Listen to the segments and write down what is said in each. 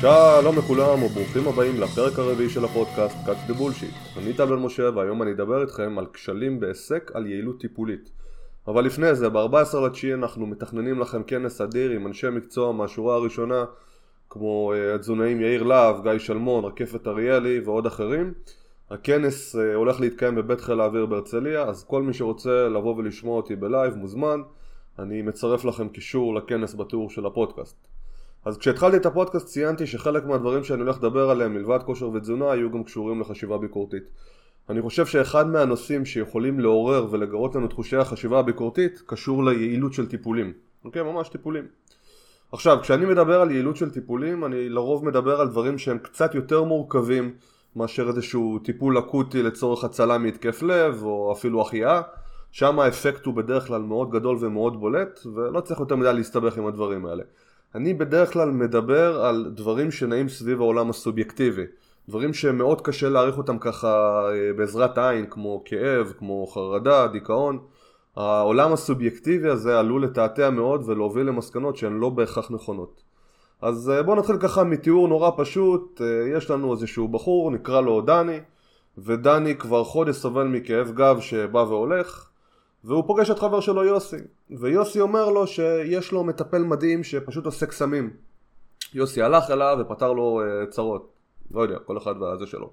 שלום לכולם וברוכים הבאים לפרק הרביעי של הפודקאסט Cut the Bullshit. אני טל בן משה והיום אני אדבר איתכם על כשלים בהיסק על יעילות טיפולית. אבל לפני זה, ב-14/9 אנחנו מתכננים לכם כנס אדיר עם אנשי מקצוע מהשורה הראשונה כמו התזונאים יאיר להב, גיא שלמון, רקפת אריאלי ועוד אחרים. הכנס הולך להתקיים בבית חיל האוויר בהרצליה, אז כל מי שרוצה לבוא ולשמוע אותי בלייב מוזמן. אני מצרף לכם קישור לכנס בתיאור של הפודקאסט. אז כשהתחלתי את הפודקאסט ציינתי שחלק מהדברים שאני הולך לדבר עליהם מלבד כושר ותזונה היו גם קשורים לחשיבה ביקורתית. אני חושב שאחד מהנושאים שיכולים לעורר ולגרות לנו תחושי החשיבה הביקורתית קשור ליעילות של טיפולים. אוקיי, ממש טיפולים. עכשיו, כשאני מדבר על יעילות של טיפולים, אני לרוב מדבר על דברים שהם קצת יותר מורכבים מאשר איזשהו טיפול אקוטי לצורך הצלה מהתקף לב או אפילו החייאה. שם האפקט הוא בדרך כלל מאוד גדול ומאוד בולט ולא צריך יותר מדי להסתבך עם הדברים האלה. אני בדרך כלל מדבר על דברים שנעים סביב העולם הסובייקטיבי. דברים שמאוד קשה להעריך אותם ככה בעזרת עין, כמו כאב, כמו חרדה, דיכאון. העולם הסובייקטיבי הזה עלול לתעתע מאוד ולהוביל למסקנות שהן לא בהכרח נכונות. אז בואו נתחיל ככה מתיאור נורא פשוט. יש לנו איזשהו בחור, נקרא לו דני, ודני כבר חודש סובל מכאב גב שבא והולך. והוא פוגש את חבר שלו יוסי, ויוסי אומר לו שיש לו מטפל מדהים שפשוט עושה קסמים. יוסי הלך אליו ופתר לו צרות, לא יודע, כל אחד והזה שלו.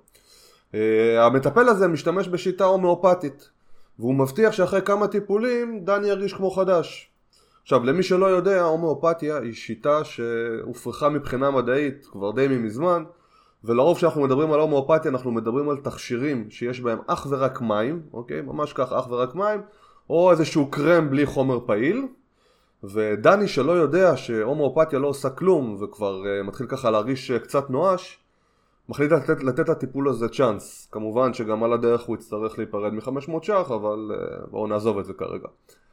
המטפל הזה משתמש בשיטה הומאופתית, והוא מבטיח שאחרי כמה טיפולים דני ירגיש כמו חדש. עכשיו, למי שלא יודע, הומאופתיה היא שיטה שהופרחה מבחינה מדעית כבר די מזמן, ולרוב כשאנחנו מדברים על הומאופתיה אנחנו מדברים על תכשירים שיש בהם אך ורק מים, אוקיי? ממש כך, אך ורק מים, או איזשהו קרם בלי חומר פעיל. ודני שלא יודע שהומאופתיה לא עושה כלום וכבר מתחיל ככה להרגיש קצת נואש, מחליט לתת לטיפול הזה צ'אנס. כמובן שגם על הדרך הוא יצטרך להיפרד מ-500 ש"ח, אבל בואו נעזוב את זה כרגע.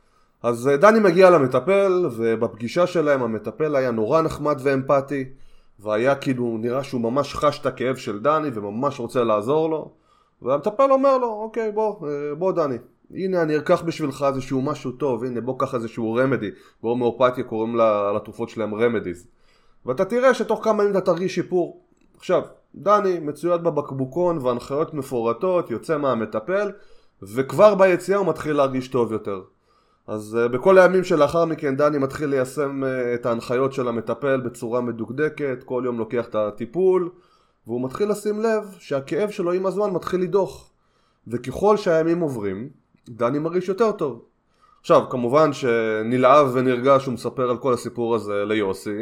אז דני מגיע למטפל, ובפגישה שלהם המטפל היה נורא נחמד ואמפתי, והיה כאילו נראה שהוא ממש חש את הכאב של דני וממש רוצה לעזור לו. והמטפל אומר לו, אוקיי, בוא דני, הנה אני ארקח בשבילך איזשהו משהו טוב, הנה בוא קח איזשהו רמדי, בהומאופתיה קוראים לתרופות שלהם רמדיז, ואתה תראה שתוך כמה ימים אתה תרגיש שיפור. עכשיו, דני מצויד בבקבוקון והנחיות מפורטות, יוצא מהמטפל, וכבר ביציאה הוא מתחיל להרגיש טוב יותר. אז בכל הימים שלאחר מכן דני מתחיל ליישם את ההנחיות של המטפל בצורה מדוקדקת, כל יום לוקח את הטיפול, והוא מתחיל לשים לב שהכאב שלו עם הזמן מתחיל לדוח. וככל שהימים עוברים, דני מרגיש יותר טוב. עכשיו, כמובן שנלהב ונרגש הוא מספר על כל הסיפור הזה ליוסי,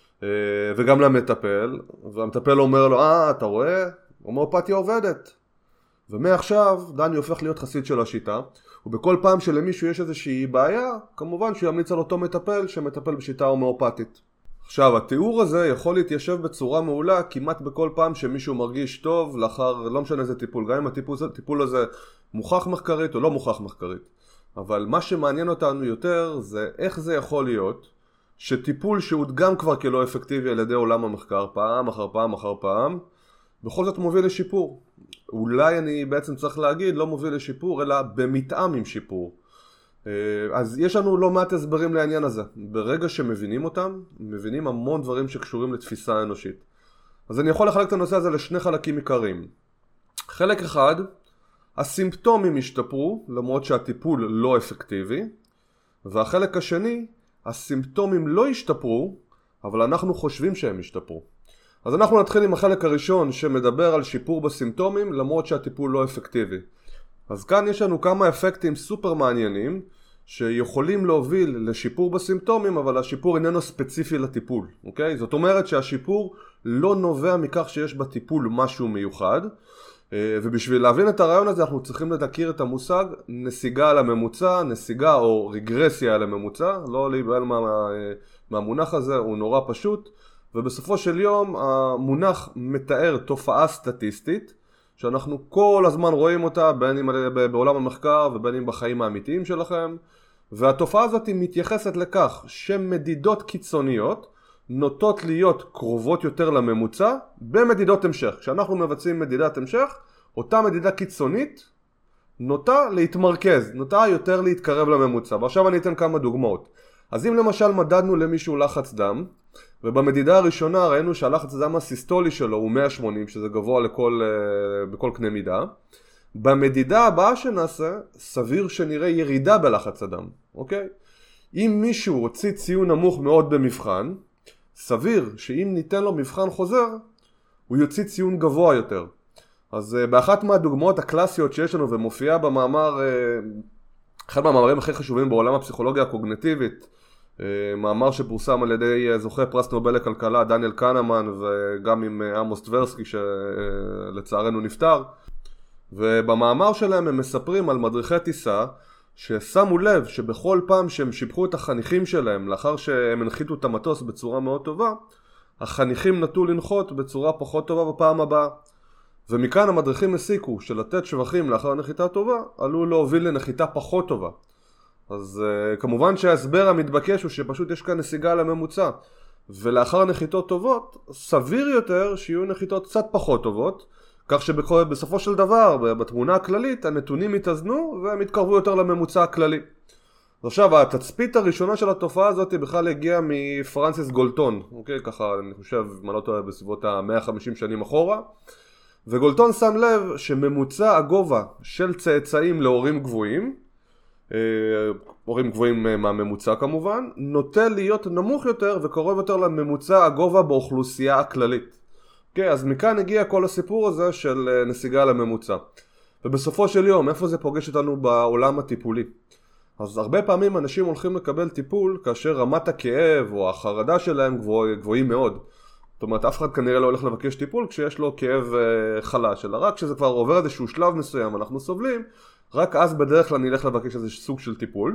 וגם למטפל, והמטפל אומר לו, אתה רואה? הומאופתיה עובדת. ומעכשיו דני הופך להיות חסיד של השיטה, ובכל פעם שלמישהו יש איזושהי בעיה, כמובן שהוא ימליץ על אותו מטפל שמטפל בשיטה הומאופתית. עכשיו, התיאור הזה יכול להתיישב בצורה מעולה כמעט בכל פעם שמישהו מרגיש טוב לאחר, לא משנה איזה טיפול, גם אם הטיפול הזה מוכח מחקרית או לא מוכח מחקרית. אבל מה שמעניין אותנו יותר זה איך זה יכול להיות שטיפול שהודגם כבר כלא אפקטיבי על ידי עולם המחקר פעם אחר פעם אחר פעם, בכל זאת מוביל לשיפור. אולי אני בעצם צריך להגיד לא מוביל לשיפור אלא במתאם עם שיפור. אז יש לנו לא מעט הסברים לעניין הזה. ברגע שמבינים אותם, מבינים המון דברים שקשורים לתפיסה אנושית. אז אני יכול לחלק את הנושא הזה לשני חלקים עיקריים. חלק אחד, הסימפטומים השתפרו למרות שהטיפול לא אפקטיבי, והחלק השני, הסימפטומים לא השתפרו, אבל אנחנו חושבים שהם השתפרו. אז אנחנו נתחיל עם החלק הראשון שמדבר על שיפור בסימפטומים למרות שהטיפול לא אפקטיבי. אז כאן יש לנו כמה אפקטים סופר מעניינים שיכולים להוביל לשיפור בסימפטומים, אבל השיפור איננו ספציפי לטיפול, אוקיי? זאת אומרת שהשיפור לא נובע מכך שיש בטיפול משהו מיוחד, ובשביל להבין את הרעיון הזה אנחנו צריכים להכיר את המושג נסיגה על הממוצע, נסיגה או רגרסיה על הממוצע, לא להיבהל מהמונח הזה, הוא נורא פשוט, ובסופו של יום המונח מתאר תופעה סטטיסטית, שאנחנו כל הזמן רואים אותה בין אם בעולם המחקר ובין אם בחיים האמיתיים שלכם, והתופעה הזאת מתייחסת לכך שמדידות קיצוניות נוטות להיות קרובות יותר לממוצע במדידות המשך. כשאנחנו מבצעים מדידת המשך, אותה מדידה קיצונית נוטה להתמרכז, נוטה יותר להתקרב לממוצע. ועכשיו אני אתן כמה דוגמאות. אז אם למשל מדדנו למישהו לחץ דם, ובמדידה הראשונה ראינו שהלחץ הדם הסיסטולי שלו הוא 180, שזה גבוה בכל קנה מידה, במדידה הבאה שנעשה, סביר שנראה ירידה בלחץ הדם, אוקיי? אם מישהו הוציא ציון נמוך מאוד במבחן, סביר שאם ניתן לו מבחן חוזר, הוא יוציא ציון גבוה יותר. אז באחת מהדוגמאות הקלאסיות שיש לנו ומופיעה במאמר, אחד מהמאמרים הכי חשובים בעולם הפסיכולוגיה הקוגניטיבית, מאמר שפורסם על ידי זוכה פרס נובל לכלכלה דניאל קנמן וגם עם עמוס טברסקי שלצערנו נפטר, ובמאמר שלהם הם מספרים על מדריכי טיסה ששמו לב שבכל פעם שהם שיבחו את החניכים שלהם לאחר שהם הנחיתו את המטוס בצורה מאוד טובה, החניכים נטו לנחות בצורה פחות טובה בפעם הבאה. ומכאן המדריכים הסיקו שלתת שבחים לאחר נחיתה טובה עלול להוביל לנחיתה פחות טובה. אז כמובן שההסבר המתבקש הוא שפשוט יש כאן נסיגה לממוצע, ולאחר נחיתות טובות סביר יותר שיהיו נחיתות קצת פחות טובות, כך שבסופו של דבר בתמונה הכללית הנתונים יתאזנו והם יתקרבו יותר לממוצע הכללי. עכשיו התצפית הראשונה של התופעה הזאת בכלל הגיעה מפרנסיס גולטון, אוקיי? ככה אני חושב מה לא טועה בסביבות ה-150 שנים אחורה, וגולטון שם לב שממוצע הגובה של צאצאים להורים גבוהים, הורים גבוהים מהממוצע כמובן, נוטה להיות נמוך יותר וקרוב יותר לממוצע הגובה באוכלוסייה הכללית. אוקיי, אז מכאן הגיע כל הסיפור הזה של נסיגה לממוצע. ובסופו של יום, איפה זה פוגש אותנו בעולם הטיפולי? אז הרבה פעמים אנשים הולכים לקבל טיפול כאשר רמת הכאב או החרדה שלהם גבוהים מאוד. זאת אומרת, אף אחד כנראה לא הולך לבקש טיפול כשיש לו כאב חלש, אלא רק כשזה כבר עובר איזשהו שלב מסוים, אנחנו סובלים, רק אז בדרך כלל נלך לבקש איזה סוג של טיפול.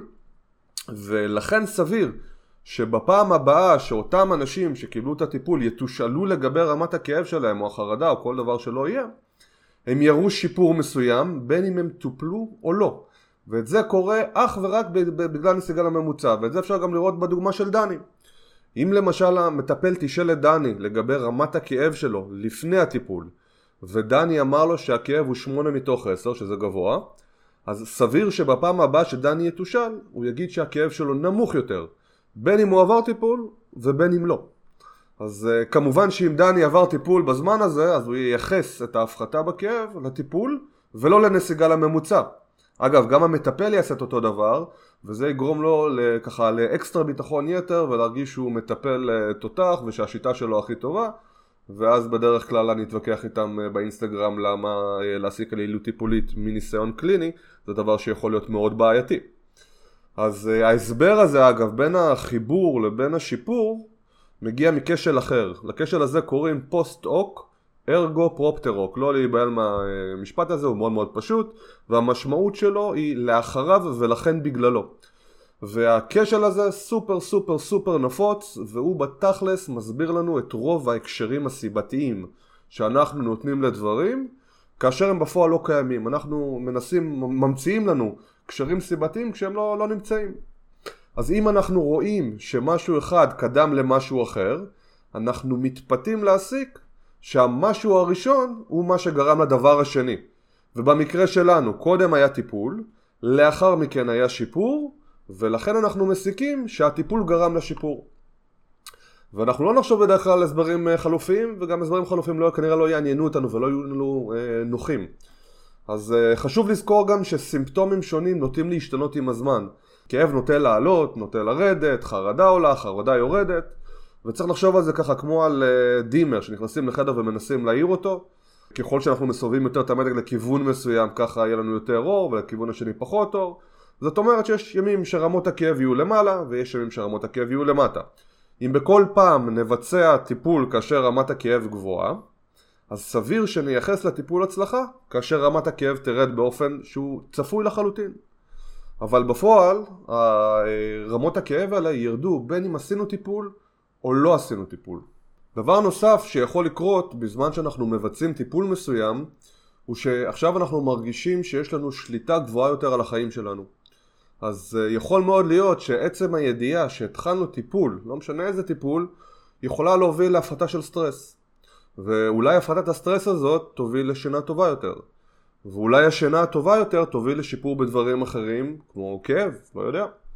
ולכן סביר שבפעם הבאה שאותם אנשים שקיבלו את הטיפול יתושאלו לגבי רמת הכאב שלהם או החרדה או כל דבר שלא יהיה, הם יראו שיפור מסוים בין אם הם טופלו או לא. ואת זה קורה אך ורק בגלל נסיגה לממוצע, ואת זה אפשר גם לראות בדוגמה של דני. אם למשל המטפל תשאל את דני לגבי רמת הכאב שלו לפני הטיפול, ודני אמר לו שהכאב הוא 8/10, שזה גבוה, אז סביר שבפעם הבאה שדני יתושל, הוא יגיד שהכאב שלו נמוך יותר, בין אם הוא עבר טיפול ובין אם לא. אז כמובן שאם דני עבר טיפול בזמן הזה, אז הוא ייחס את ההפחתה בכאב לטיפול ולא לנסיגה לממוצע. אגב, גם המטפל יעשה את אותו דבר, וזה יגרום לו ככה לאקסטרה ביטחון יתר ולהרגיש שהוא מטפל תותח ושהשיטה שלו הכי טובה, ואז בדרך כלל אני אתווכח איתם באינסטגרם למה להסיק על יעילות טיפולית מניסיון קליני, זה דבר שיכול להיות מאוד בעייתי. אז ההסבר הזה אגב בין החיבור לבין השיפור מגיע מכשל אחר. לכשל הזה קוראים פוסט-אוק ארגו פרופטרוק. לא להיבהל מהמשפט הזה, הוא מאוד מאוד פשוט, והמשמעות שלו היא לאחריו ולכן בגללו. והכשל הזה סופר סופר סופר נפוץ, והוא בתכלס מסביר לנו את רוב ההקשרים הסיבתיים שאנחנו נותנים לדברים, כאשר הם בפועל לא קיימים. אנחנו ממציאים לנו קשרים סיבתיים כשהם לא נמצאים. אז אם אנחנו רואים שמשהו אחד קדם למשהו אחר, אנחנו מתפתים להסיק שהמשהו הראשון הוא מה שגרם לדבר השני. ובמקרה שלנו, קודם היה טיפול, לאחר מכן היה שיפור, ולכן אנחנו מסיקים שהטיפול גרם לשיפור. ואנחנו לא נחשוב בדרך כלל על הסברים חלופיים, וגם הסברים חלופיים כנראה לא יעניינו אותנו ולא יהיו לנו נוחים. אז חשוב לזכור גם שסימפטומים שונים נוטים להשתנות עם הזמן. כאב נוטה לעלות, נוטה לרדת, חרדה עולה, חרדה יורדת, וצריך לחשוב על זה ככה כמו על דימר שנכנסים לחדר ומנסים להאיר אותו. ככל שאנחנו מסובבים יותר את המדג לכיוון מסוים, ככה יהיה לנו יותר אור, ולכיוון השני פחות אור. זאת אומרת שיש ימים שרמות הכאב יהיו למעלה, ויש ימים שרמות הכאב יהיו למטה. אם בכל פעם נבצע טיפול כאשר רמת הכאב גבוהה, אז סביר שנייחס לטיפול הצלחה כאשר רמת הכאב תרד באופן שהוא צפוי לחלוטין. אבל בפועל, רמות הכאב האלה ירדו בין אם עשינו טיפול או לא עשינו טיפול. דבר נוסף שיכול לקרות בזמן שאנחנו מבצעים טיפול מסוים, הוא שעכשיו אנחנו מרגישים שיש לנו שליטה גבוהה יותר על החיים שלנו. אז יכול מאוד להיות שעצם הידיעה שהתחלנו טיפול, לא משנה איזה טיפול, יכולה להוביל להפחתה של סטרס. ואולי הפחתת הסטרס הזאת תוביל לשינה טובה יותר. ואולי השינה הטובה יותר תוביל לשיפור בדברים אחרים, כמו כאב, לא יודע.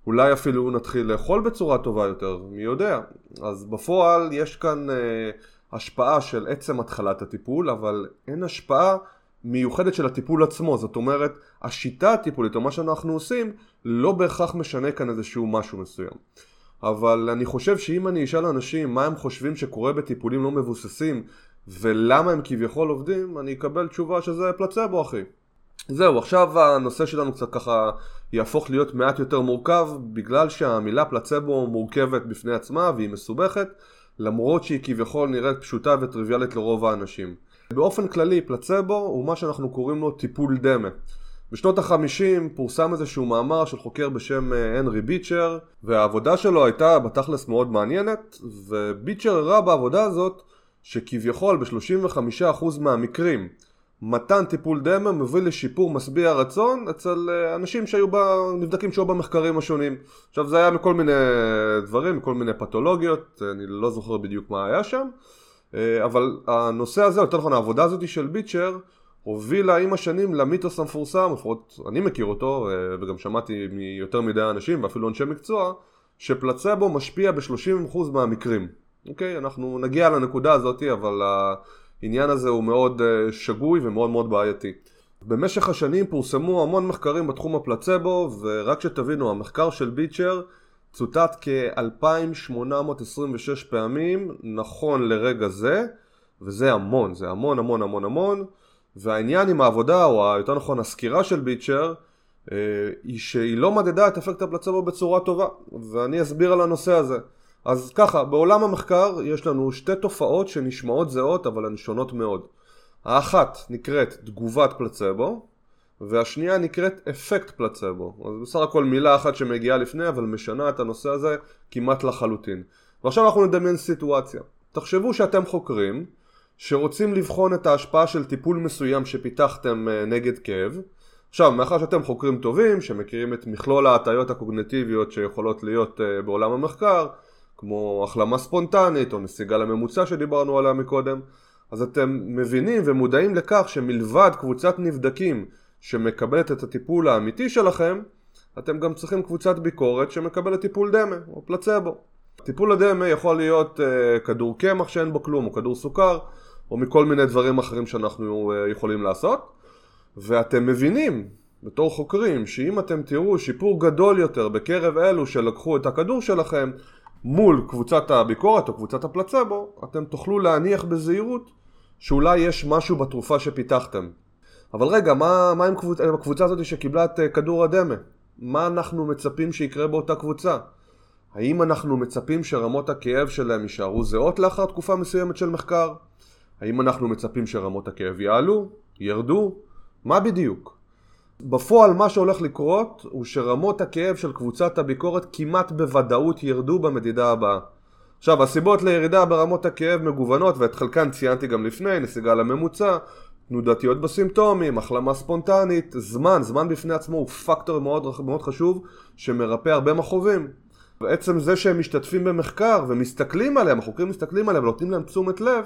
אולי אפילו נתחיל לאכול בצורה טובה יותר, מי יודע. אז בפועל יש כאן השפעה של עצם התחלת הטיפול, אבל אין השפעה מיוחדת של הטיפול עצמו. זאת אומרת, השיטה הטיפולית או מה שאנחנו עושים לא בהכרח משנה כאן איזשהו משהו מסוים. אבל אני חושב שאם אני אשאל אנשים מה הם חושבים שקורה בטיפולים לא מבוססים ולמה הם כביכול עובדים, אני אקבל תשובה שזה פלצבו, אחי. זהו, עכשיו הנושא שלנו קצת ככה יהפוך להיות מעט יותר מורכב, בגלל שהמילה פלצבו מורכבת בפני עצמה והיא מסובכת, למרות שהיא כביכול נראית פשוטה וטריוויאלית לרוב האנשים. באופן כללי, פלצבו הוא מה שאנחנו קוראים לו טיפול דמה. בשנות ה-50 פורסם איזשהו מאמר של חוקר בשם הנרי ביטשר, והעבודה שלו הייתה בתכלס מאוד מעניינת, וביטשר הראה בעבודה הזאת שכביכול ב-35% מהמקרים מתן טיפול דמה מביא לשיפור משביע רצון אצל אנשים נבדקים שהיו במחקרים השונים. עכשיו זה היה מכל מיני דברים, מכל מיני פתולוגיות, אני לא זוכר בדיוק מה היה שם, אבל הנושא הזה, יותר נכון העבודה הזאת של ביטשר, הובילה עם השנים למיתוס המפורסם, לפחות אני מכיר אותו וגם שמעתי מיותר מדי אנשים ואפילו אנשי מקצוע, שפלצבו משפיע ב-30% מהמקרים. אוקיי, אנחנו נגיע לנקודה הזאת, אבל העניין הזה הוא מאוד שגוי ומאוד מאוד בעייתי. במשך השנים פורסמו המון מחקרים בתחום הפלצבו, ורק שתבינו, המחקר של ביטשר צוטט כ-2826 פעמים נכון לרגע זה, וזה המון, זה המון המון המון המון. והעניין עם העבודה, או יותר נכון הסקירה של ביטשר, היא שהיא לא מדדה את אפקט הפלצבו בצורה טובה, ואני אסביר על הנושא הזה. אז ככה, בעולם המחקר יש לנו שתי תופעות שנשמעות זהות אבל הן שונות מאוד. האחת נקראת תגובת פלצבו, והשנייה נקראת אפקט פלצבו. אז בסך הכל מילה אחת שמגיעה לפני, אבל משנה את הנושא הזה כמעט לחלוטין. ועכשיו אנחנו נדמיין סיטואציה. תחשבו שאתם חוקרים שרוצים לבחון את ההשפעה של טיפול מסוים שפיתחתם נגד כאב. עכשיו, מאחר שאתם חוקרים טובים, שמכירים את מכלול ההטיות הקוגניטיביות שיכולות להיות בעולם המחקר, כמו החלמה ספונטנית או נסיגה לממוצע שדיברנו עליה מקודם, אז אתם מבינים ומודעים לכך שמלבד קבוצת נבדקים שמקבלת את הטיפול האמיתי שלכם, אתם גם צריכים קבוצת ביקורת שמקבלת טיפול דמה או פלצבו. טיפול הדמה יכול להיות כדור קמח שאין בו כלום, או כדור סוכר, או מכל מיני דברים אחרים שאנחנו יכולים לעשות. ואתם מבינים בתור חוקרים שאם אתם תראו שיפור גדול יותר בקרב אלו שלקחו את הכדור שלכם מול קבוצת הביקורת או קבוצת הפלצבו, אתם תוכלו להניח בזהירות שאולי יש משהו בתרופה שפיתחתם. אבל רגע, מה עם הקבוצה הזאת שקיבלה את כדור הדמה? מה אנחנו מצפים שיקרה באותה קבוצה? האם אנחנו מצפים שרמות הכאב שלהם יישארו זהות לאחר תקופה מסוימת של מחקר? האם אנחנו מצפים שרמות הכאב יעלו? ירדו? מה בדיוק? בפועל מה שהולך לקרות הוא שרמות הכאב של קבוצת הביקורת כמעט בוודאות ירדו במדידה הבאה. עכשיו, הסיבות לירידה ברמות הכאב מגוונות, ואת חלקן ציינתי גם לפני, נסיגה לממוצע, תנודתיות בסימפטומים, החלמה ספונטנית, זמן בפני עצמו הוא פקטור מאוד, מאוד חשוב שמרפא הרבה מכאובים. בעצם זה שהם משתתפים במחקר ומסתכלים עליהם, החוקרים מסתכלים עליהם ונותנים להם תשומת לב,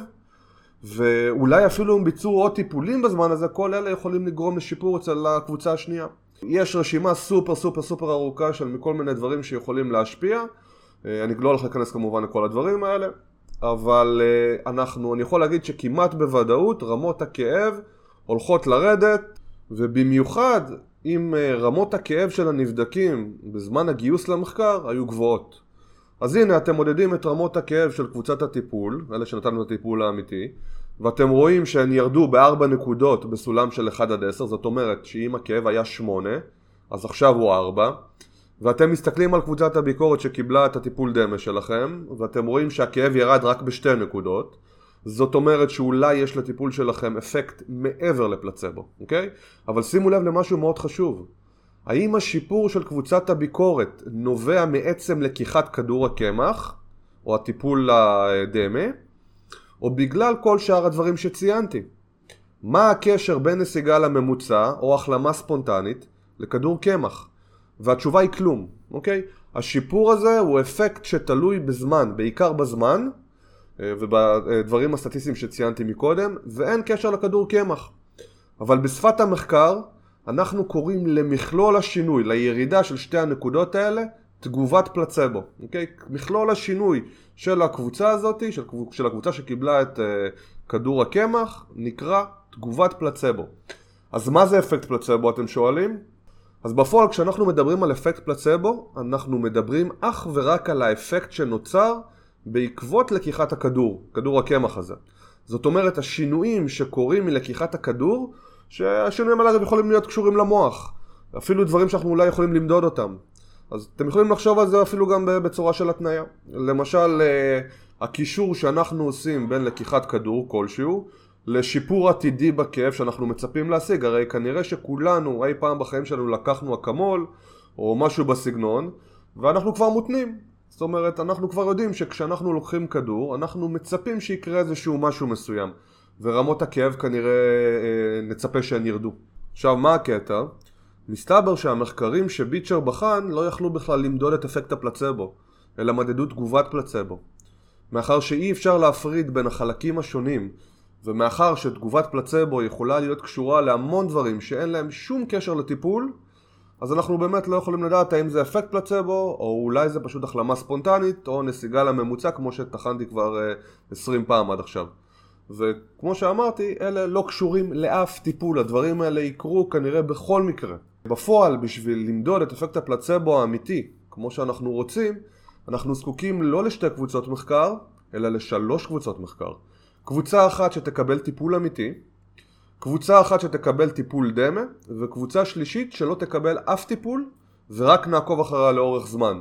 ואולי אפילו הם ביצעו עוד טיפולים בזמן הזה, כל אלה יכולים לגרום לשיפור אצל הקבוצה השנייה. יש רשימה סופר ארוכה של מכל מיני דברים שיכולים להשפיע. אני לא הולך להיכנס כמובן לכל הדברים האלה, אבל אני יכול להגיד שכמעט בוודאות רמות הכאב הולכות לרדת, ובמיוחד אם רמות הכאב של הנבדקים בזמן הגיוס למחקר היו גבוהות. אז הנה אתם מודדים את רמות הכאב של קבוצת הטיפול, אלה שנתנו את הטיפול האמיתי, ואתם רואים שהן ירדו ב4 נקודות בסולם של 1 עד 10, זאת אומרת שאם הכאב היה 8, אז עכשיו הוא 4, ואתם מסתכלים על קבוצת הביקורת שקיבלה את הטיפול דמה שלכם, ואתם רואים שהכאב ירד רק ב2 נקודות, זאת אומרת שאולי יש לטיפול שלכם אפקט מעבר לפלצבו, אוקיי? אבל שימו לב למשהו מאוד חשוב. האם השיפור של קבוצת הביקורת נובע מעצם לקיחת כדור הקמח, או הטיפול הדמה, או בגלל כל שאר הדברים שציינתי? מה הקשר בין נסיגה לממוצע, או החלמה ספונטנית, לכדור קמח? והתשובה היא כלום, אוקיי? השיפור הזה הוא אפקט שתלוי בזמן, בעיקר בזמן, ובדברים הסטטיסטיים שציינתי מקודם, ואין קשר לכדור קמח. אבל בשפת המחקר, אנחנו קוראים למכלול השינוי, לירידה של שתי הנקודות האלה, תגובת פלצבו, אוקיי? מכלול השינוי של הקבוצה הזאת, של הקבוצה שקיבלה את כדור הקמח, נקרא תגובת פלצבו. אז מה זה אפקט פלצבו, אתם שואלים? אז בפועל כשאנחנו מדברים על אפקט פלצבו, אנחנו מדברים אך ורק על האפקט שנוצר בעקבות לקיחת הכדור, כדור הקמח הזה. זאת אומרת, השינויים שקורים מלקיחת הכדור, שהשינויים האלה יכולים להיות קשורים למוח. אפילו דברים שאנחנו אולי יכולים למדוד אותם. אז אתם יכולים לחשוב על זה אפילו גם בצורה של התניה. למשל, הקישור שאנחנו עושים בין לקיחת כדור כלשהו, לשיפור עתידי בכאב שאנחנו מצפים להשיג. הרי כנראה שכולנו אי פעם בחיים שלנו לקחנו אקמול או משהו בסגנון, ואנחנו כבר מותנים. זאת אומרת, אנחנו כבר יודעים שכשאנחנו לוקחים כדור, אנחנו מצפים שיקרה איזשהו משהו מסוים. ורמות הכאב כנראה נצפה שהן ירדו. עכשיו, מה הקטע? מסתבר שהמחקרים שביטשר בחן לא יכלו בכלל למדוד את אפקט הפלצבו, אלא מדדו תגובת פלצבו. מאחר שאי אפשר להפריד בין החלקים השונים, ומאחר שתגובת פלצבו יכולה להיות קשורה להמון דברים שאין להם שום קשר לטיפול, אז אנחנו באמת לא יכולים לדעת האם זה אפקט פלצבו, או אולי זה פשוט החלמה ספונטנית, או נסיגה לממוצע כמו שטחנתי כבר 20 פעם עד עכשיו. וכמו שאמרתי, אלה לא קשורים לאף טיפול, הדברים האלה יקרו כנראה בכל מקרה. בפועל, בשביל למדוד את אפקט הפלצבו האמיתי, כמו שאנחנו רוצים, אנחנו זקוקים לא לשתי קבוצות מחקר, אלא לשלוש קבוצות מחקר. קבוצה אחת שתקבל טיפול אמיתי, קבוצה אחת שתקבל טיפול דמה, וקבוצה שלישית שלא תקבל אף טיפול, ורק נעקוב אחריה לאורך זמן.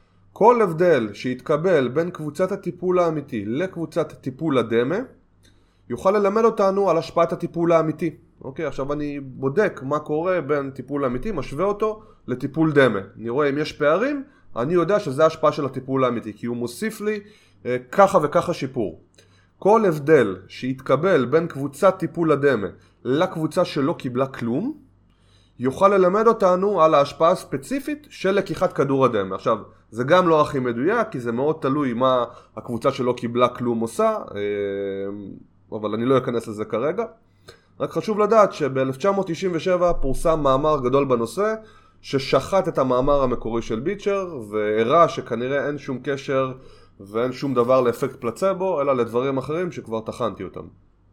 כל הבדל שיתקבל בין קבוצת הטיפול האמיתי לקבוצת טיפול הדמה, יוכל ללמד אותנו על השפעת הטיפול האמיתי. אוקיי, עכשיו אני בודק מה קורה בין טיפול האמיתי, משווה אותו לטיפול דמה. אני רואה אם יש פערים, אני יודע שזה ההשפעה של הטיפול האמיתי, כי הוא מוסיף לי ככה וככה שיפור. כל הבדל שיתקבל בין קבוצת טיפול הדמה לקבוצה שלא קיבלה כלום, יוכל ללמד אותנו על ההשפעה הספציפית של לקיחת כדור הדמה. עכשיו, זה גם לא הכי מדויק, כי זה מאוד תלוי מה הקבוצה שלא קיבלה כלום עושה, אבל אני לא אכנס לזה כרגע. רק חשוב לדעת שב-1997 פורסם מאמר גדול בנושא, ששחט את המאמר המקורי של ביטשר, והראה שכנראה אין שום קשר ואין שום דבר לאפקט פלצבו, אלא לדברים אחרים שכבר תחנתי אותם.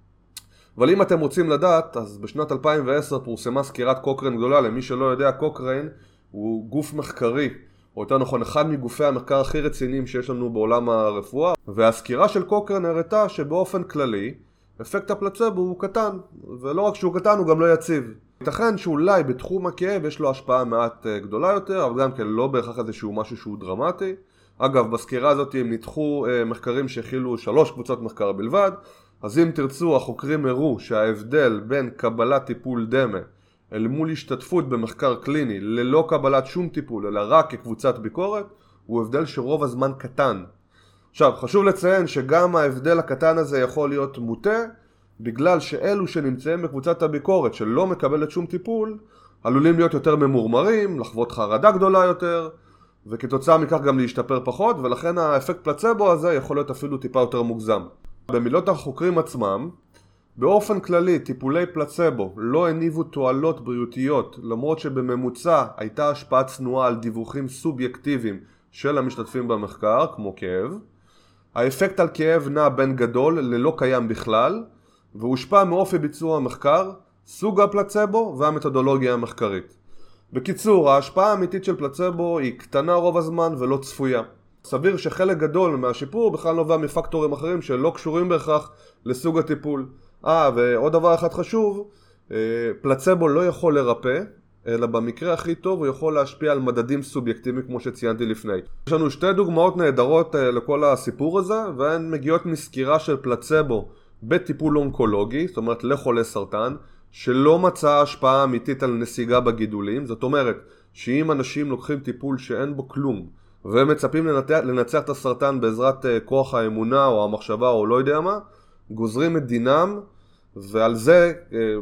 אבל אם אתם רוצים לדעת, אז בשנת 2010 פורסמה סקירת קוקריין גדולה. למי שלא יודע, קוקריין הוא גוף מחקרי, או יותר נכון אחד מגופי המחקר הכי רציניים שיש לנו בעולם הרפואה, והסקירה של קוקריין הראתה שבאופן כללי אפקט הפלצבו הוא קטן, ולא רק שהוא קטן, הוא גם לא יציב. ייתכן שאולי בתחום הכאב יש לו השפעה מעט גדולה יותר, אבל גם כן לא בהכרח איזשהו משהו שהוא דרמטי. אגב, בסקירה הזאת הם ניתחו מחקרים שהכילו 3 קבוצות מחקר בלבד, אז אם תרצו, החוקרים הראו שההבדל בין קבלת טיפול דמה אל מול השתתפות במחקר קליני ללא קבלת שום טיפול, אלא רק כקבוצת ביקורת, הוא הבדל שרוב הזמן קטן. עכשיו, חשוב לציין שגם ההבדל הקטן הזה יכול להיות מוטה, בגלל שאלו שנמצאים בקבוצת הביקורת שלא מקבלת שום טיפול, עלולים להיות יותר ממורמרים, לחוות חרדה גדולה יותר, וכתוצאה מכך גם להשתפר פחות, ולכן האפקט פלצבו הזה יכול להיות אפילו טיפה יותר מוגזם. במילות החוקרים עצמם, באופן כללי טיפולי פלצבו לא הניבו תועלות בריאותיות, למרות שבממוצע הייתה השפעה צנועה על דיווחים סובייקטיביים של המשתתפים במחקר, כמו כאב. האפקט על כאב נע בין גדול ללא קיים בכלל, והושפע מאופי ביצוע המחקר, סוג הפלצבו והמתודולוגיה המחקרית. בקיצור, ההשפעה האמיתית של פלצבו היא קטנה רוב הזמן ולא צפויה. סביר שחלק גדול מהשיפור בכלל נובע מפקטורים אחרים שלא קשורים בהכרח לסוג הטיפול. ועוד דבר אחד חשוב, פלצבו לא יכול לרפא, אלא במקרה הכי טוב הוא יכול להשפיע על מדדים סובייקטיביים כמו שציינתי לפני. יש לנו 2 דוגמאות נהדרות לכל הסיפור הזה, והן מגיעות מסקירה של פלצבו בטיפול אונקולוגי, זאת אומרת לחולי סרטן, שלא מצאה השפעה אמיתית על נסיגה בגידולים. זאת אומרת שאם אנשים לוקחים טיפול שאין בו כלום, והם מצפים לנצח את הסרטן בעזרת כוח האמונה או המחשבה או לא יודע מה, גוזרים את דינם, ועל זה,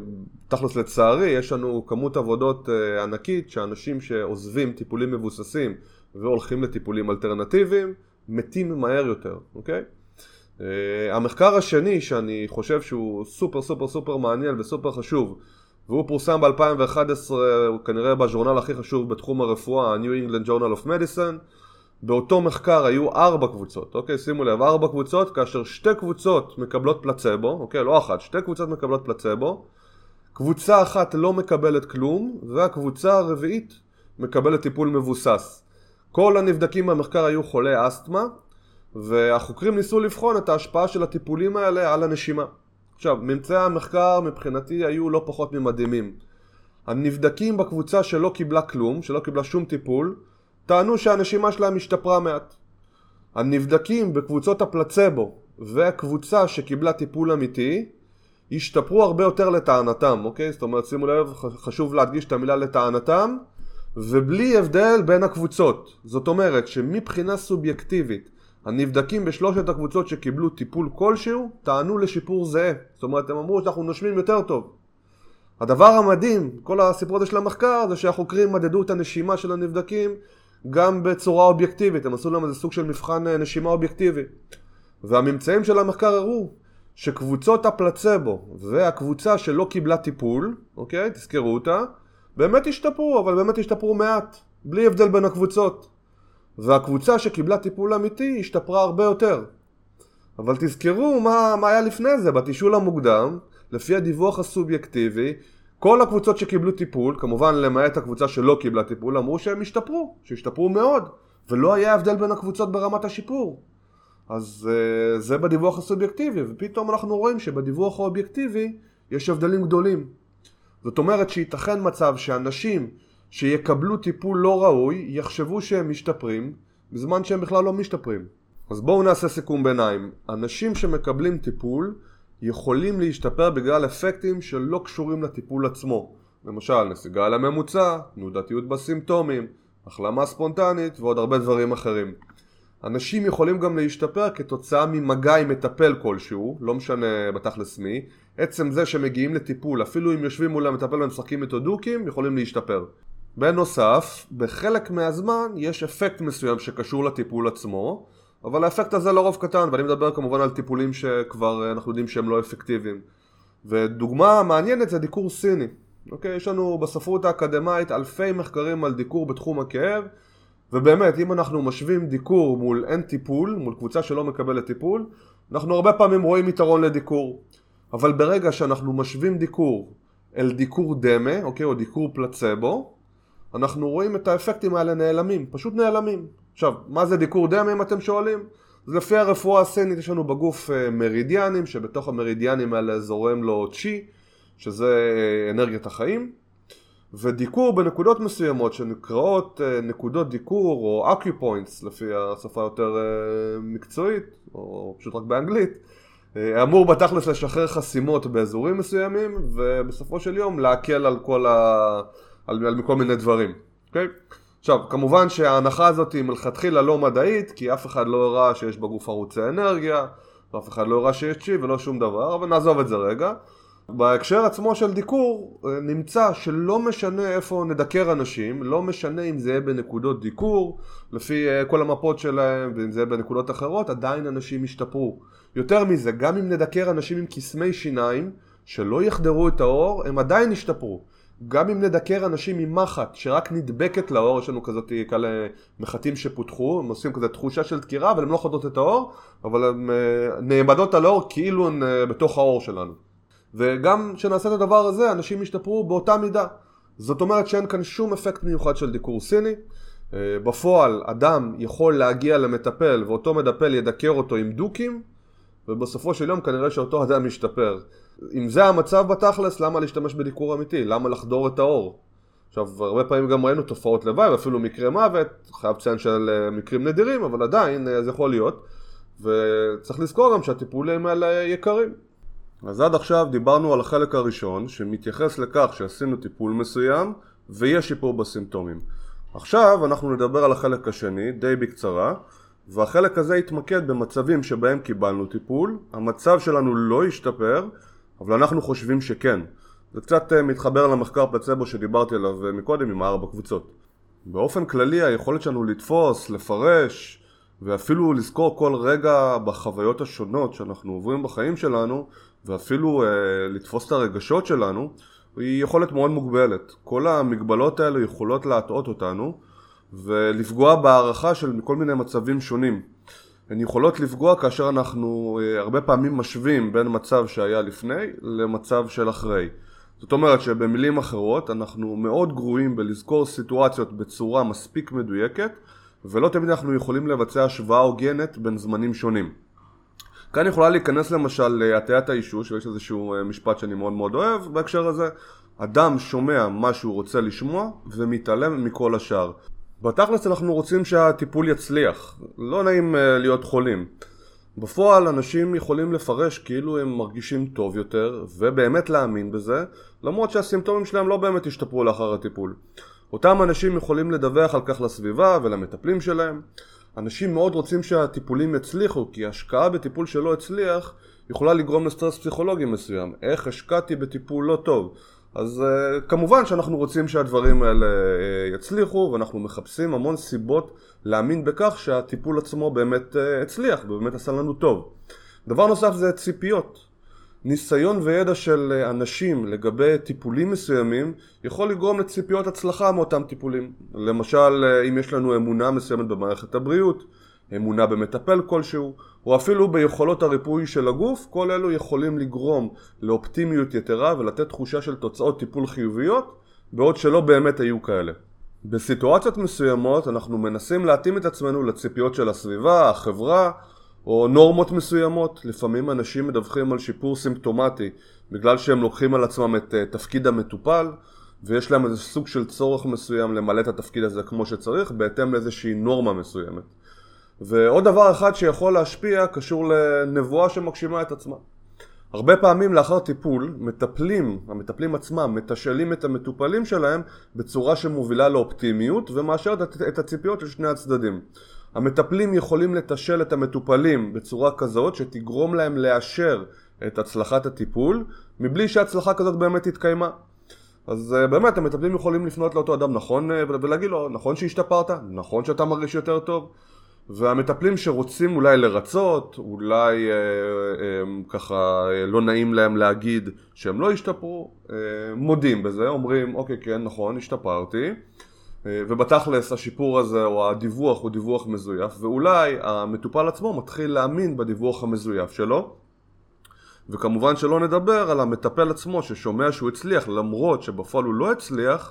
תכלס לצערי, יש לנו כמות עבודות ענקית שאנשים שעוזבים טיפולים מבוססים והולכים לטיפולים אלטרנטיביים, מתים מהר יותר, אוקיי? המחקר השני שאני חושב שהוא סופר מעניין וסופר חשוב, והוא פורסם ב-2011, הוא כנראה בז'ורנל הכי חשוב בתחום הרפואה, ה-New England Journal of Medicine. באותו מחקר היו 4 קבוצות, אוקיי? שימו לב, 4 קבוצות, כאשר 2 קבוצות מקבלות פלצבו, אוקיי? לא אחת, 2 קבוצות מקבלות פלצבו, קבוצה אחת לא מקבלת כלום, והקבוצה הרביעית מקבלת טיפול מבוסס. כל הנבדקים במחקר היו חולי אסתמה, והחוקרים ניסו לבחון את ההשפעה של הטיפולים האלה על הנשימה. עכשיו, ממצאי המחקר מבחינתי היו לא פחות ממדהימים. הנבדקים בקבוצה שלא קיבלה כלום, שלא קיבלה שום טיפול, טענו שהנשימה שלהם השתפרה מעט. הנבדקים בקבוצות הפלצבו והקבוצה שקיבלה טיפול אמיתי, השתפרו הרבה יותר לטענתם, אוקיי? זאת אומרת, שימו לב, חשוב להדגיש את המילה לטענתם, ובלי הבדל בין הקבוצות. זאת אומרת שמבחינה סובייקטיבית, הנבדקים בשלושת הקבוצות שקיבלו טיפול כלשהו, טענו לשיפור זהה. זאת אומרת, הם אמרו שאנחנו נושמים יותר טוב. הדבר המדהים, כל הסיפור הזה של המחקר, זה שהחוקרים מדדו את הנשימה של הנבדקים גם בצורה אובייקטיבית. הם עשו להם איזה סוג של מבחן נשימה אובייקטיבי. והממצאים של המחקר הראו שקבוצות הפלצבו והקבוצה שלא קיבלה טיפול, אוקיי, תזכרו אותה, באמת השתפרו, אבל באמת השתפרו מעט, בלי הבדל בין הקבוצות. והקבוצה שקיבלה טיפול אמיתי השתפרה הרבה יותר. אבל תזכרו מה היה לפני זה, בתשאול המוקדם, לפי הדיווח הסובייקטיבי, כל הקבוצות שקיבלו טיפול, כמובן למעט הקבוצה שלא קיבלה טיפול, אמרו שהם שהשתפרו מאוד, ולא היה הבדל בין הקבוצות ברמת השיפור. אז זה בדיווח הסובייקטיבי, ופתאום אנחנו רואים שבדיווח האובייקטיבי יש הבדלים גדולים. זאת אומרת שייתכן מצב שאנשים שיקבלו טיפול לא ראוי יחשבו שהם משתפרים, בזמן שהם בכלל לא משתפרים. אז בואו נעשה סיכום ביניים. אנשים שמקבלים טיפול יכולים להשתפר בגלל אפקטים שלא קשורים לטיפול עצמו. למשל, נסיגה על הממוצע, תנודתיות בסימפטומים, החלמה ספונטנית ועוד הרבה דברים אחרים. אנשים יכולים גם להשתפר כתוצאה ממגע עם מטפל כלשהו, לא משנה בתכלס מי. עצם זה שמגיעים לטיפול, אפילו אם יושבים מול המטפל ומשחקים איתו דוקים, יכולים להשתפר. בנוסף, בחלק מהזמן יש אפקט מסוים שקשור לטיפול עצמו, אבל האפקט הזה לרוב קטן, ואני מדבר כמובן על טיפולים שכבר אנחנו יודעים שהם לא אפקטיביים. ודוגמה מעניינת זה דיקור סיני. אוקיי, יש לנו בספרות האקדמית אלפי מחקרים על דיקור בתחום הכאב, ובאמת, אם אנחנו משווים דיקור מול אין טיפול, מול קבוצה שלא מקבלת טיפול, אנחנו הרבה פעמים רואים יתרון לדיקור. אבל ברגע שאנחנו משווים דיקור אל דיקור דמה, אוקיי, או דיקור פלצבו, אנחנו רואים את האפקטים האלה נעלמים, פשוט נעלמים. עכשיו, מה זה דיקור דמה אם אתם שואלים? אז לפי הרפואה הסינית יש לנו בגוף מרידיאנים, שבתוך המרידיאנים האלה זורם לו צ'י, שזה אנרגיית החיים. ודיקור בנקודות מסוימות שנקראות נקודות דיקור או acupoints לפי השפה יותר מקצועית או פשוט רק באנגלית, אמור בתכלס לשחרר חסימות באזורים מסוימים ובסופו של יום להקל על כל מיני דברים. אוקיי? עכשיו, כמובן שההנחה הזאת היא מלכתחילה לא מדעית, כי אף אחד לא הראה שיש בגוף ערוצי אנרגיה, ואף אחד לא הראה שיש צ'י ולא שום דבר, אבל נעזוב את זה רגע. בהקשר עצמו של דיקור נמצא שלא משנה איפה נדקר אנשים, לא משנה אם זה יהיה בנקודות דיקור, לפי כל המפות שלהם, ואם זה יהיה בנקודות אחרות, עדיין אנשים ישתפרו. יותר מזה, גם אם נדקר אנשים עם קסמי שיניים שלא יחדרו את האור, הם עדיין ישתפרו. גם אם נדקר אנשים עם מחט שרק נדבקת לאור, יש לנו כזאת כאלה מחטים שפותחו, הם עושים כזה תחושה של דקירה, אבל הם לא חודות את האור, אבל הם נעמדות על האור כאילו הן בתוך האור שלנו. וגם כשנעשה את הדבר הזה, אנשים ישתפרו באותה מידה. זאת אומרת שאין כאן שום אפקט מיוחד של דיקור סיני. בפועל, אדם יכול להגיע למטפל, ואותו מטפל ידקר אותו עם דוקים, ובסופו של יום כנראה שאותו אדם ישתפר. אם זה המצב בתכלס, למה להשתמש בדיקור אמיתי? למה לחדור את האור? עכשיו, הרבה פעמים גם ראינו תופעות לוואי, ואפילו מקרה מוות, חייב ציין של מקרים נדירים, אבל עדיין זה יכול להיות. וצריך לזכור גם שהטיפולים האלה יקרים. אז עד עכשיו דיברנו על החלק הראשון שמתייחס לכך שעשינו טיפול מסוים ויש שיפור בסימפטומים. עכשיו אנחנו נדבר על החלק השני די בקצרה, והחלק הזה יתמקד במצבים שבהם קיבלנו טיפול, המצב שלנו לא ישתפר, אבל אנחנו חושבים שכן. זה קצת מתחבר למחקר פלצבו שדיברתי עליו מקודם עם 4 קבוצות. באופן כללי היכולת שלנו לתפוס, לפרש ואפילו לזכור כל רגע בחוויות השונות שאנחנו עוברים בחיים שלנו, ואפילו לתפוס את הרגשות שלנו, היא יכולת מאוד מוגבלת. כל המגבלות האלה יכולות להטעות אותנו ולפגוע בהערכה של כל מיני מצבים שונים. הן יכולות לפגוע כאשר אנחנו הרבה פעמים משווים בין מצב שהיה לפני למצב של אחרי. זאת אומרת שבמילים אחרות אנחנו מאוד גרועים בלזכור סיטואציות בצורה מספיק מדויקת, ולא תמיד אנחנו יכולים לבצע השוואה הוגנת בין זמנים שונים. כאן יכולה להיכנס למשל הטיית האישוש, ויש איזשהו משפט שאני מאוד מאוד אוהב בהקשר הזה. אדם שומע מה שהוא רוצה לשמוע ומתעלם מכל השאר. בתכלס אנחנו רוצים שהטיפול יצליח, לא נעים להיות חולים. בפועל אנשים יכולים לפרש כאילו הם מרגישים טוב יותר ובאמת להאמין בזה, למרות שהסימפטומים שלהם לא באמת השתפרו לאחר הטיפול. אותם אנשים יכולים לדווח על כך לסביבה ולמטפלים שלהם. אנשים מאוד רוצים שהטיפולים יצליחו, כי השקעה בטיפול שלא הצליח יכולה לגרום לסטרס פסיכולוגי מסוים. איך השקעתי בטיפול לא טוב? אז כמובן שאנחנו רוצים שהדברים האלה יצליחו, ואנחנו מחפשים המון סיבות להאמין בכך שהטיפול עצמו באמת הצליח ובאמת עשה לנו טוב. דבר נוסף זה ציפיות. ניסיון וידע של אנשים לגבי טיפולים מסוימים יכול לגרום לציפיות הצלחה מאותם טיפולים. למשל, אם יש לנו אמונה מסוימת במערכת הבריאות, אמונה במטפל כלשהו, או אפילו ביכולות הריפוי של הגוף, כל אלו יכולים לגרום לאופטימיות יתרה ולתת תחושה של תוצאות טיפול חיוביות, בעוד שלא באמת היו כאלה. בסיטואציות מסוימות אנחנו מנסים להתאים את עצמנו לציפיות של הסביבה, החברה, או נורמות מסוימות. לפעמים אנשים מדווחים על שיפור סימפטומטי בגלל שהם לוקחים על עצמם את תפקיד המטופל, ויש להם איזה סוג של צורך מסוים למלא את התפקיד הזה כמו שצריך, בהתאם לאיזושהי נורמה מסוימת. ועוד דבר אחד שיכול להשפיע קשור לנבואה שמגשימה את עצמה. הרבה פעמים לאחר טיפול, המטפלים עצמם מתשאלים את המטופלים שלהם בצורה שמובילה לאופטימיות ומאשרת את הציפיות של שני הצדדים. המטפלים יכולים לתשאל את המטופלים בצורה כזאת שתגרום להם לאשר את הצלחת הטיפול, מבלי שהצלחה כזאת באמת התקיימה. אז באמת המטפלים יכולים לפנות לאותו אדם נכון ולהגיד לו, נכון שהשתפרת, נכון שאתה מרגיש יותר טוב. והמטפלים שרוצים אולי לרצות, אולי ככה לא נעים להם להגיד שהם לא השתפרו, מודים בזה, אומרים אוקיי כן נכון השתפרתי, ובתכלס השיפור הזה או הדיווח הוא דיווח מזויף, ואולי המטופל עצמו מתחיל להאמין בדיווח המזויף שלו. וכמובן שלא נדבר על המטפל עצמו ששומע שהוא הצליח למרות שבפועל הוא לא הצליח.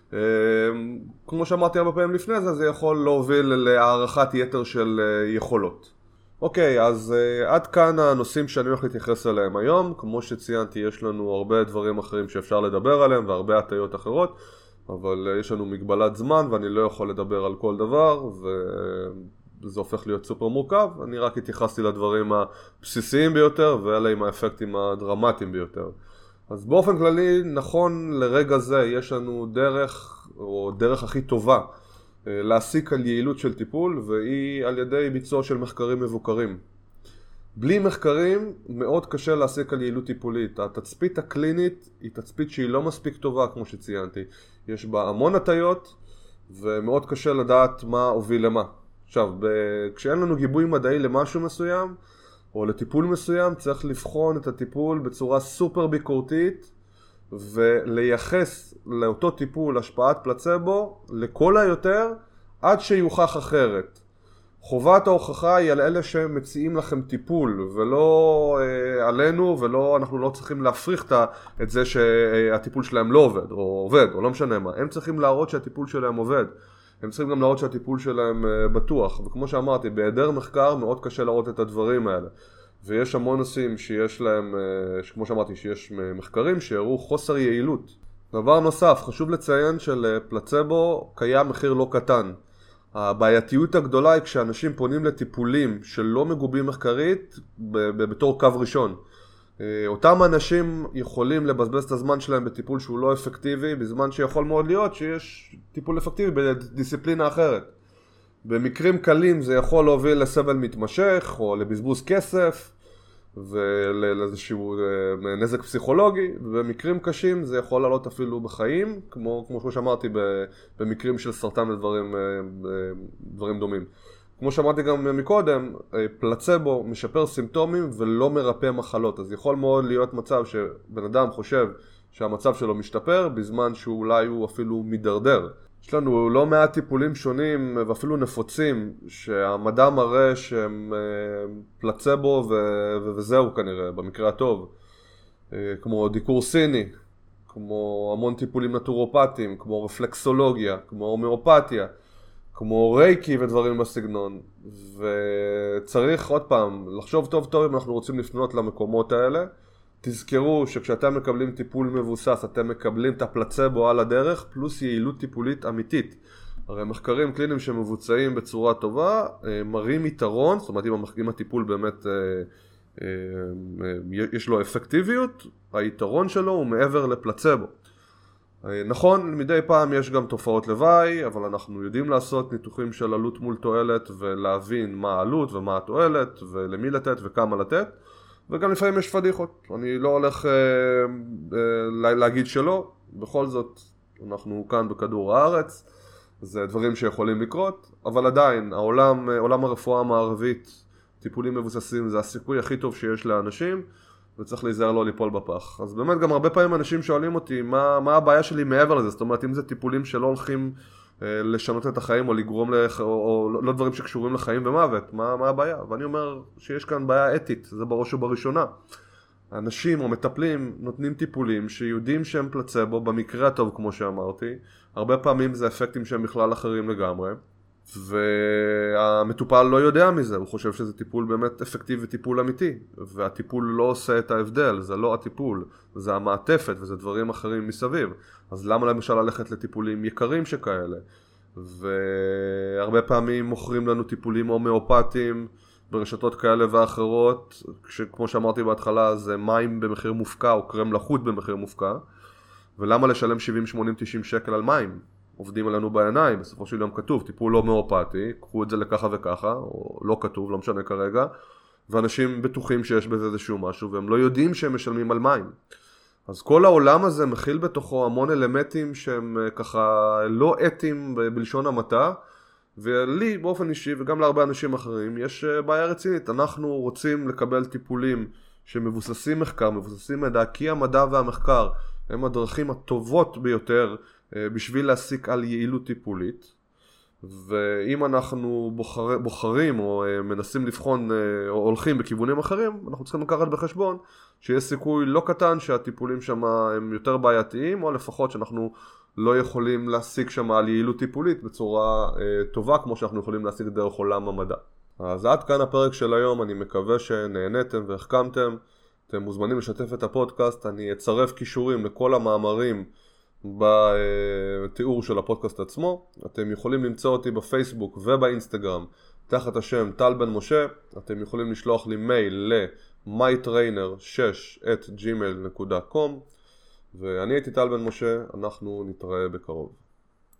כמו שאמרתי הרבה פעמים לפני זה, זה יכול להוביל להערכת יתר של יכולות. אוקיי, אז עד כאן הנושאים שאני הולך להתייחס אליהם היום. כמו שציינתי, יש לנו הרבה דברים אחרים שאפשר לדבר עליהם והרבה הטיות אחרות, אבל יש לנו מגבלת זמן ואני לא יכול לדבר על כל דבר וזה הופך להיות סופר מורכב. אני רק התייחסתי לדברים הבסיסיים ביותר ואלה עם האפקטים הדרמטיים ביותר. אז באופן כללי, נכון לרגע זה יש לנו דרך הכי טובה להסיק על יעילות של טיפול, והיא על ידי ביצוע של מחקרים מבוקרים. בלי מחקרים מאוד קשה להסיק על יעילות טיפולית. התצפית הקלינית היא תצפית שהיא לא מספיק טובה כמו שציינתי. יש בה המון הטיות ומאוד קשה לדעת מה הוביל למה. עכשיו, כשאין לנו גיבוי מדעי למשהו מסוים, או לטיפול מסוים, צריך לבחון את הטיפול בצורה סופר ביקורתית ולייחס לאותו טיפול השפעת פלצבו לכל היותר עד שיוכח אחרת. חובת ההוכחה היא על אלה שמציעים לכם טיפול ולא עלינו, ולא אנחנו לא צריכים להפריך את זה שהטיפול שלהם לא עובד או עובד או לא משנה מה. הם צריכים להראות שהטיפול שלהם עובד. הם צריכים גם להראות שהטיפול שלהם בטוח, וכמו שאמרתי, בהיעדר מחקר מאוד קשה להראות את הדברים האלה. ויש המון נושאים שיש להם, כמו שאמרתי, שיש מחקרים שהראו חוסר יעילות. דבר נוסף, חשוב לציין שלפלצבו קיים מחיר לא קטן. הבעייתיות הגדולה היא כשאנשים פונים לטיפולים שלא מגובים מחקרית בתור קו ראשון. אותם אנשים יכולים לבזבז את הזמן שלהם בטיפול שהוא לא אפקטיבי, בזמן שיכול מאוד להיות שיש טיפול אפקטיבי בדיסציפלינה אחרת. במקרים קלים זה יכול להוביל לסבל מתמשך או לבזבוז כסף ולאיזשהו נזק פסיכולוגי, ובמקרים קשים זה יכול לעלות אפילו בחיים, כמו שאמרתי במקרים של סרטן ודברים דומים. כמו שאמרתי גם מקודם, פלצבו משפר סימפטומים ולא מרפא מחלות, אז יכול מאוד להיות מצב שבן אדם חושב שהמצב שלו משתפר בזמן שאולי הוא אפילו מדרדר. יש לנו לא מעט טיפולים שונים ואפילו נפוצים שהמדע מראה שהם פלצבו וזהו כנראה, במקרה הטוב. כמו דיקור סיני, כמו המון טיפולים נטורופטיים, כמו רפלקסולוגיה, כמו הומאופתיה, כמו רייקי ודברים בסגנון. וצריך עוד פעם לחשוב טוב טוב אם אנחנו רוצים לפנות למקומות האלה. תזכרו שכשאתם מקבלים טיפול מבוסס, אתם מקבלים את הפלצבו על הדרך, פלוס יעילות טיפולית אמיתית. הרי מחקרים קליניים שמבוצעים בצורה טובה, מראים יתרון, זאת אומרת אם הטיפול באמת יש לו אפקטיביות, היתרון שלו הוא מעבר לפלצבו. נכון, מדי פעם יש גם תופעות לוואי, אבל אנחנו יודעים לעשות ניתוחים של עלות מול תועלת ולהבין מה העלות ומה התועלת ולמי לתת וכמה לתת. וגם לפעמים יש פדיחות, אני לא הולך להגיד שלא, בכל זאת אנחנו כאן בכדור הארץ, זה דברים שיכולים לקרות, אבל עדיין עולם הרפואה המערבית, טיפולים מבוססים זה הסיכוי הכי טוב שיש לאנשים, וצריך להיזהר לא ליפול בפח. אז באמת גם הרבה פעמים אנשים שואלים אותי מה הבעיה שלי מעבר לזה, זאת אומרת אם זה טיפולים שלא הולכים לשנות את החיים או לגרום או לא דברים שקשורים לחיים ומוות, מה הבעיה? ואני אומר שיש כאן בעיה אתית, זה בראש ובראשונה. אנשים או מטפלים נותנים טיפולים שיודעים שהם פלצבו, במקרה הטוב כמו שאמרתי, הרבה פעמים זה אפקטים שהם בכלל אחרים לגמרי, והמטופל לא יודע מזה, הוא חושב שזה טיפול באמת אפקטיבי, טיפול אמיתי, והטיפול לא עושה את ההבדל, זה לא הטיפול, זה המעטפת וזה דברים אחרים מסביב. אז למה למשל ללכת לטיפולים יקרים שכאלה? והרבה פעמים מוכרים לנו טיפולים הומאופתיים ברשתות כאלה ואחרות, כמו שאמרתי בהתחלה זה מים במחיר מופקע או קרם לחוט במחיר מופקע, ולמה לשלם 70, 80, 90 שקל על מים? עובדים עלינו בעיניים, בסופו של יום כתוב טיפול הומאופתי, קחו את זה לככה וככה, או לא כתוב, לא משנה כרגע, ואנשים בטוחים שיש בזה איזשהו משהו, והם לא יודעים שהם משלמים על מים. אז כל העולם הזה מכיל בתוכו המון אלמנטים שהם ככה לא אתיים בלשון המעטה, ולי באופן אישי וגם להרבה אנשים אחרים יש בעיה רצינית. אנחנו רוצים לקבל טיפולים שמבוססים מחקר, מבוססים מדע, כי המדע והמחקר הם הדרכים הטובות ביותר בשביל להסיק על יעילות טיפולית. ואם אנחנו בוחרים או מנסים לבחון או הולכים בכיוונים אחרים, אנחנו צריכים לקחת בחשבון שיש סיכוי לא קטן שהטיפולים שם הם יותר בעייתיים, או לפחות שאנחנו לא יכולים להסיק שם על יעילות טיפולית בצורה טובה כמו שאנחנו יכולים להסיק דרך עולם המדע. אז עד כאן הפרק של היום, אני מקווה שנהנתם והחכמתם. אתם מוזמנים לשתף את הפודקאסט, אני אצרף קישורים לכל המאמרים בתיאור של הפודקאסט עצמו. אתם יכולים למצוא אותי בפייסבוק ובאינסטגרם תחת השם טל בן משה. אתם יכולים לשלוח לי מייל ל mytrainer6@gmail.com ואני הייתי טל בן משה, אנחנו נתראה בקרוב.